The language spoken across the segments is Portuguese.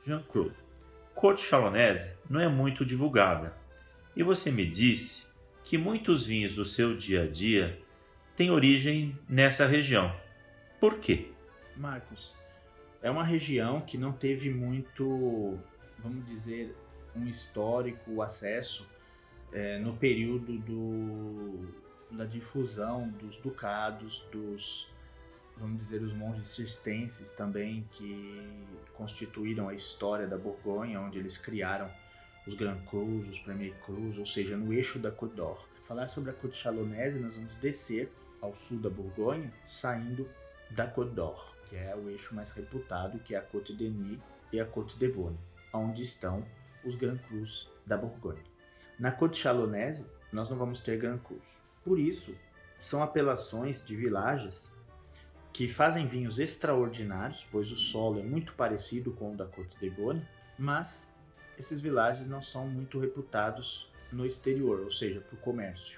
Jean Cru, Côte Chalonnaise não é muito divulgada. E você me disse que muitos vinhos do seu dia a dia têm origem nessa região. Por quê? Marcos, é uma região que não teve muito, vamos dizer, um histórico acesso no período da difusão dos ducados, vamos dizer, os monges cistercenses também, que constituíram a história da Borgonha, onde eles criaram os Grand Crus, os Premier Crus, ou seja, no eixo da Côte d'Or. Falar sobre a Côte Chalonnaise, nós vamos descer ao sul da Borgonha, saindo da Côte d'Or, que é o eixo mais reputado, que é a Côte de Nuits e a Côte de Beaune, onde estão os Grand Crus da Borgonha. Na Côte Chalonnaise, nós não vamos ter Grand Crus. Por isso, são apelações de villages que fazem vinhos extraordinários, pois o solo é muito parecido com o da Côte de Beaune, mas esses villages não são muito reputados no exterior, ou seja, para o comércio.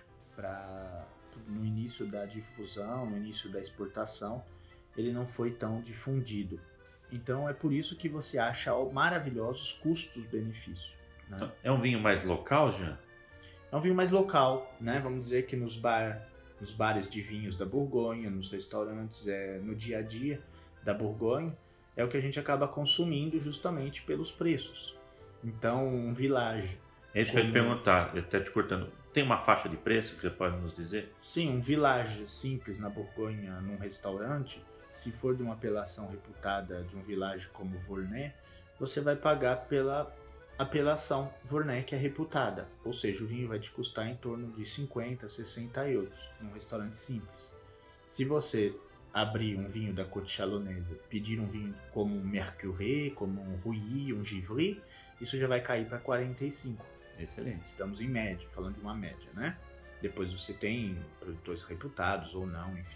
No início da difusão, no início da exportação, ele não foi tão difundido. Então é por isso que você acha maravilhosos custos-benefícios. Né? É um vinho mais local, Jean? É um vinho mais local, né? Vamos dizer que nos bares de vinhos da Borgonha, nos restaurantes, no dia a dia da Borgonha, é o que a gente acaba consumindo justamente pelos preços. Então, um village... É isso que eu ia te perguntar, até te cortando. Tem uma faixa de preço que você pode nos dizer? Sim, um village simples na Borgonha, num restaurante, se for de uma apelação reputada de um village como Vournay, você vai pagar pela apelação Vournay, que é reputada. Ou seja, o vinho vai te custar em torno de 50, 60 euros, num restaurante simples. Se você abrir um vinho da Côte Chalonnaise, pedir um vinho como um Mercurey, como um Rouilly, um Givry, isso já vai cair para 45. Excelente. Estamos em média, falando de uma média, né? Depois você tem produtores reputados ou não, enfim.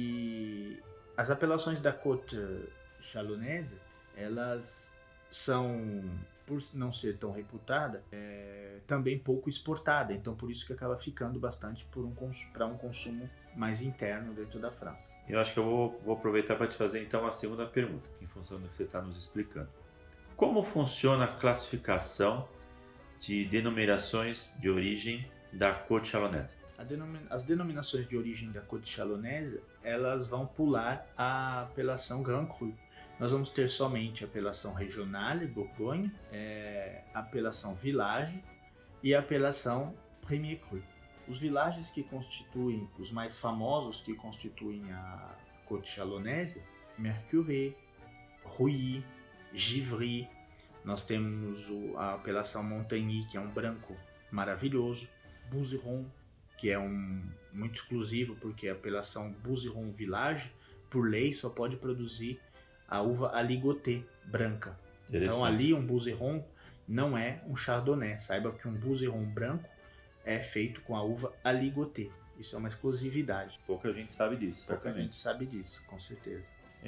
E as apelações da Côte Chalonnaise, elas são, por não ser tão reputada, também pouco exportada. Então por isso que acaba ficando bastante para um consumo mais interno dentro da França. Eu acho que eu vou aproveitar para te fazer então a segunda pergunta, em função do que você está nos explicando. Como funciona a classificação de denominações de origem da Côte Chalonnaise? As denominações de origem da Côte Chalonnaise, elas vão pular a apelação Grand Cru. Nós vamos ter somente a apelação Regionale Borgonha, a apelação Village e a apelação Premier Cru. Os villages que constituem, os mais famosos que constituem a Côte Chalonnaise, Mercurey, Rouilly, Givry, nós temos a apelação Montagny, que é um branco maravilhoso, Bouzeron, que é muito exclusivo, porque a apelação Bouzeron Village, por lei, só pode produzir a uva Aligoté branca. Então ali um Bouzeron não é um Chardonnay. Saiba que um Bouzeron branco é feito com a uva Aligoté. Isso é uma exclusividade. Pouca gente sabe disso. Pouca gente sabe disso, com certeza.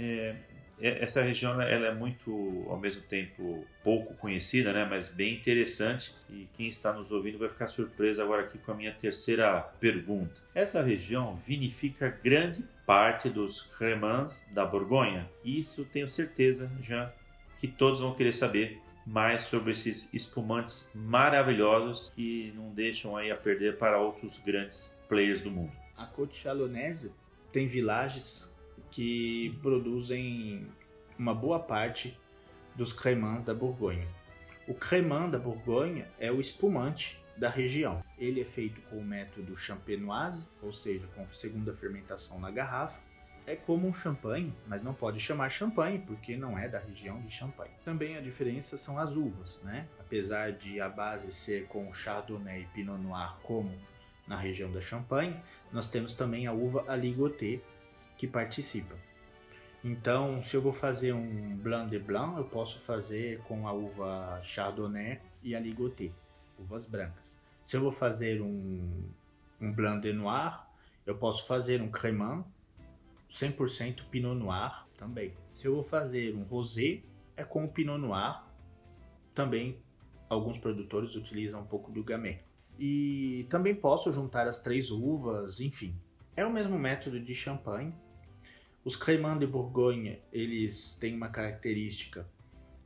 Essa região ela é muito, ao mesmo tempo, pouco conhecida, né? Mas bem interessante. E quem está nos ouvindo vai ficar surpreso agora aqui com a minha terceira pergunta. Essa região vinifica grande parte dos cremants da Borgonha. E isso tenho certeza, Jean, que todos vão querer saber mais sobre esses espumantes maravilhosos que não deixam aí a perder para outros grandes players do mundo. A Côte Chalonnaise tem villages que produzem uma boa parte dos cremants da Borgonha. O cremant da Borgonha é o espumante da região. Ele é feito com o método champenoise, ou seja, com segunda fermentação na garrafa. É como um champanhe, mas não pode chamar champanhe porque não é da região de Champagne. Também a diferença são as uvas, né? Apesar de a base ser com Chardonnay e Pinot Noir como na região da Champagne, nós temos também a uva Aligoté que participa. Então, se eu vou fazer um Blanc de Blanc, eu posso fazer com a uva Chardonnay e Aligoté, uvas brancas. Se eu vou fazer um Blanc de Noir, eu posso fazer um Cremant 100% Pinot Noir também. Se eu vou fazer um Rosé, é com o Pinot Noir. Também alguns produtores utilizam um pouco do Gamay. E também posso juntar as três uvas, enfim. É o mesmo método de champanhe. Os Cremants de Borgonha, eles têm uma característica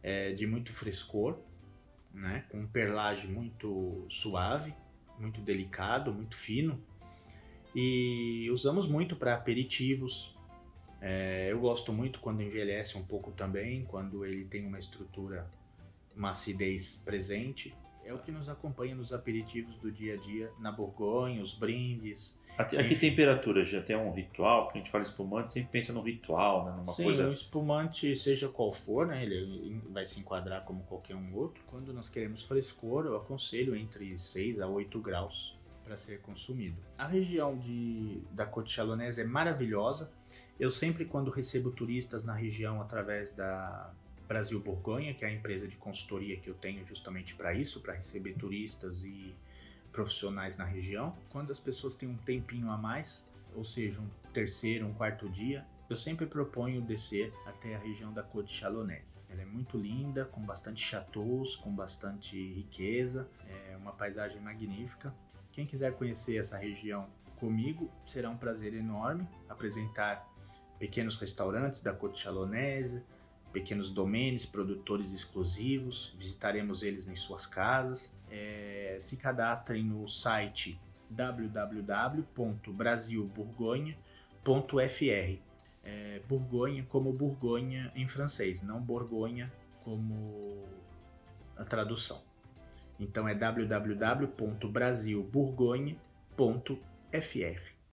de muito frescor, né? Com um perlage muito suave, muito delicado, muito fino. E usamos muito para aperitivos. Eu gosto muito quando envelhece um pouco também, quando ele tem uma estrutura, uma acidez presente. É o que nos acompanha nos aperitivos do dia a dia, na Borgonha, os brindes. A que temperatura? Já tem um ritual? Porque a gente fala espumante, sempre pensa no ritual, né? Numa Sim, coisa... o espumante, seja qual for, né, ele vai se enquadrar como qualquer um outro. Quando nós queremos frescor, eu aconselho entre 6 a 8 graus para ser consumido. A região da Côte Chalonnaise é maravilhosa. Eu sempre, quando recebo turistas na região através da Brasil Borgonha, que é a empresa de consultoria que eu tenho justamente para isso, para receber turistas e profissionais na região. Quando as pessoas têm um tempinho a mais, ou seja, um terceiro, um quarto dia, eu sempre proponho descer até a região da Côte Chalonnaise. Ela é muito linda, com bastante chateaus, com bastante riqueza, é uma paisagem magnífica. Quem quiser conhecer essa região comigo, será um prazer enorme apresentar pequenos restaurantes da Côte Chalonnaise, pequenos domaines, produtores exclusivos, visitaremos eles em suas casas. Se cadastrem no site www.brasilborgonha.fr. Borgonha como Borgonha em francês, não Borgonha como a tradução. Então é www.brasilborgonha.fr.